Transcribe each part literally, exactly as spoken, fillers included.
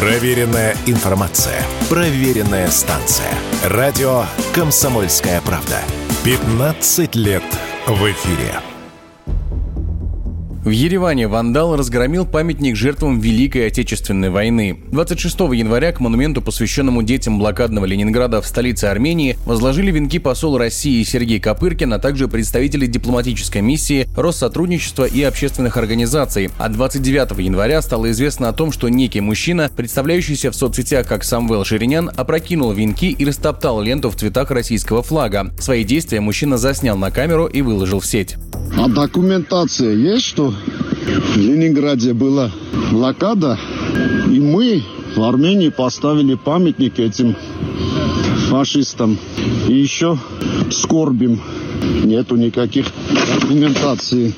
Проверенная информация. Проверенная станция. Радио «Комсомольская правда». пятнадцать лет в эфире. В Ереване вандал разгромил памятник жертвам Великой Отечественной войны. двадцать шестого января к монументу, посвященному детям блокадного Ленинграда в столице Армении, возложили венки посол России Сергей Копыркин, а также представители дипломатической миссии, Россотрудничества и общественных организаций. А двадцать девятого января стало известно о том, что некий мужчина, представляющийся в соцсетях как Самвел Ширинян, опрокинул венки и растоптал ленту в цветах российского флага. Свои действия мужчина заснял на камеру и выложил в сеть. А документация есть, что в Ленинграде была блокада, и мы в Армении поставили памятник этим фашистам. И еще скорбим. Нету никаких документаций.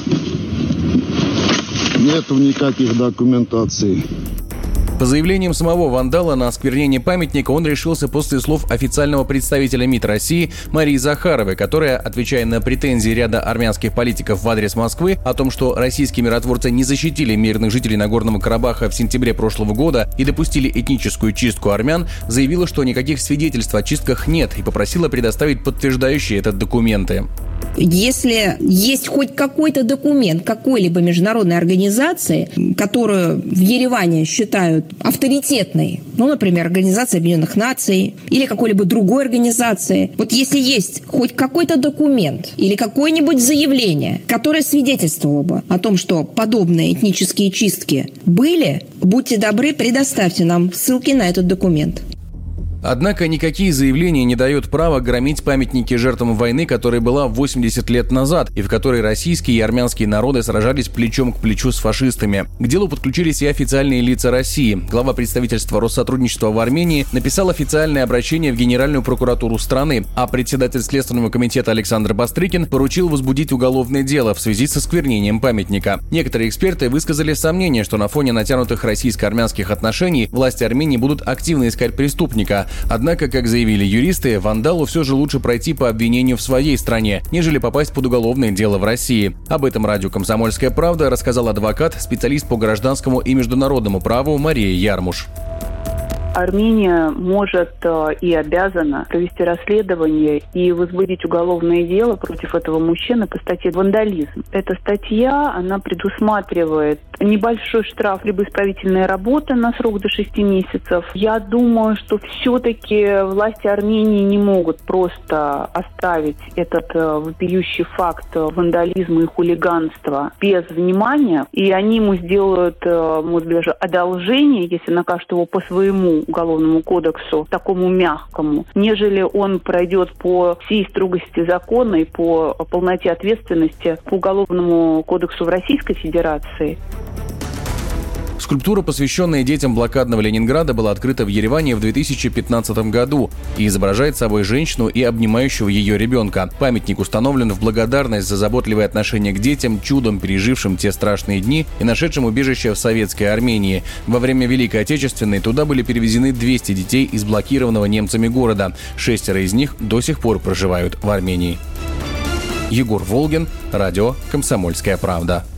Нету никаких документаций. По заявлениям самого вандала на осквернение памятника он решился после слов официального представителя МИД России Марии Захаровой, которая, отвечая на претензии ряда армянских политиков в адрес Москвы о том, что российские миротворцы не защитили мирных жителей Нагорного Карабаха в сентябре прошлого года и допустили этническую чистку армян, заявила, что никаких свидетельств о чистках нет и попросила предоставить подтверждающие это документы. Если есть хоть какой-то документ какой-либо международной организации, которую в Ереване считают авторитетной, ну, например, Организация Объединенных Наций или какой-либо другой организации, вот если есть хоть какой-то документ или какое-нибудь заявление, которое свидетельствовало бы о том, что подобные этнические чистки были, будьте добры, предоставьте нам ссылки на этот документ. Однако никакие заявления не дают права громить памятники жертвам войны, которая была восемьдесят лет назад, и в которой российские и армянские народы сражались плечом к плечу с фашистами. К делу подключились и официальные лица России. Глава представительства Россотрудничества в Армении написал официальное обращение в Генеральную прокуратуру страны, а председатель Следственного комитета Александр Бастрыкин поручил возбудить уголовное дело в связи с осквернением памятника. Некоторые эксперты высказали сомнение, что на фоне натянутых российско-армянских отношений власти Армении будут активно искать преступника. Однако, как заявили юристы, вандалу все же лучше пройти по обвинению в своей стране, нежели попасть под уголовное дело в России. Об этом радио «Комсомольская правда» рассказал адвокат, специалист по гражданскому и международному праву Мария Ярмуш. Армения может и обязана провести расследование и возбудить уголовное дело против этого мужчины по статье «Вандализм». Эта статья, она предусматривает небольшой штраф либо исправительные работы на срок до шести месяцев. Я думаю, что все-таки власти Армении не могут просто оставить этот вопиющий факт вандализма и хулиганства без внимания, и они ему сделают, может быть, даже одолжение, если накажут его по своему уголовному кодексу, такому мягкому, нежели он пройдет по всей строгости закона и по полноте ответственности по уголовному кодексу в Российской Федерации. Скульптура, посвященная детям блокадного Ленинграда, была открыта в Ереване в две тысячи пятнадцатом году и изображает собой женщину и обнимающего ее ребенка. Памятник установлен в благодарность за заботливое отношение к детям, чудом пережившим те страшные дни и нашедшим убежище в советской Армении. Во время Великой Отечественной туда были перевезены двести детей из блокированного немцами города. Шестеро из них до сих пор проживают в Армении. Егор Волгин, радио «Комсомольская правда».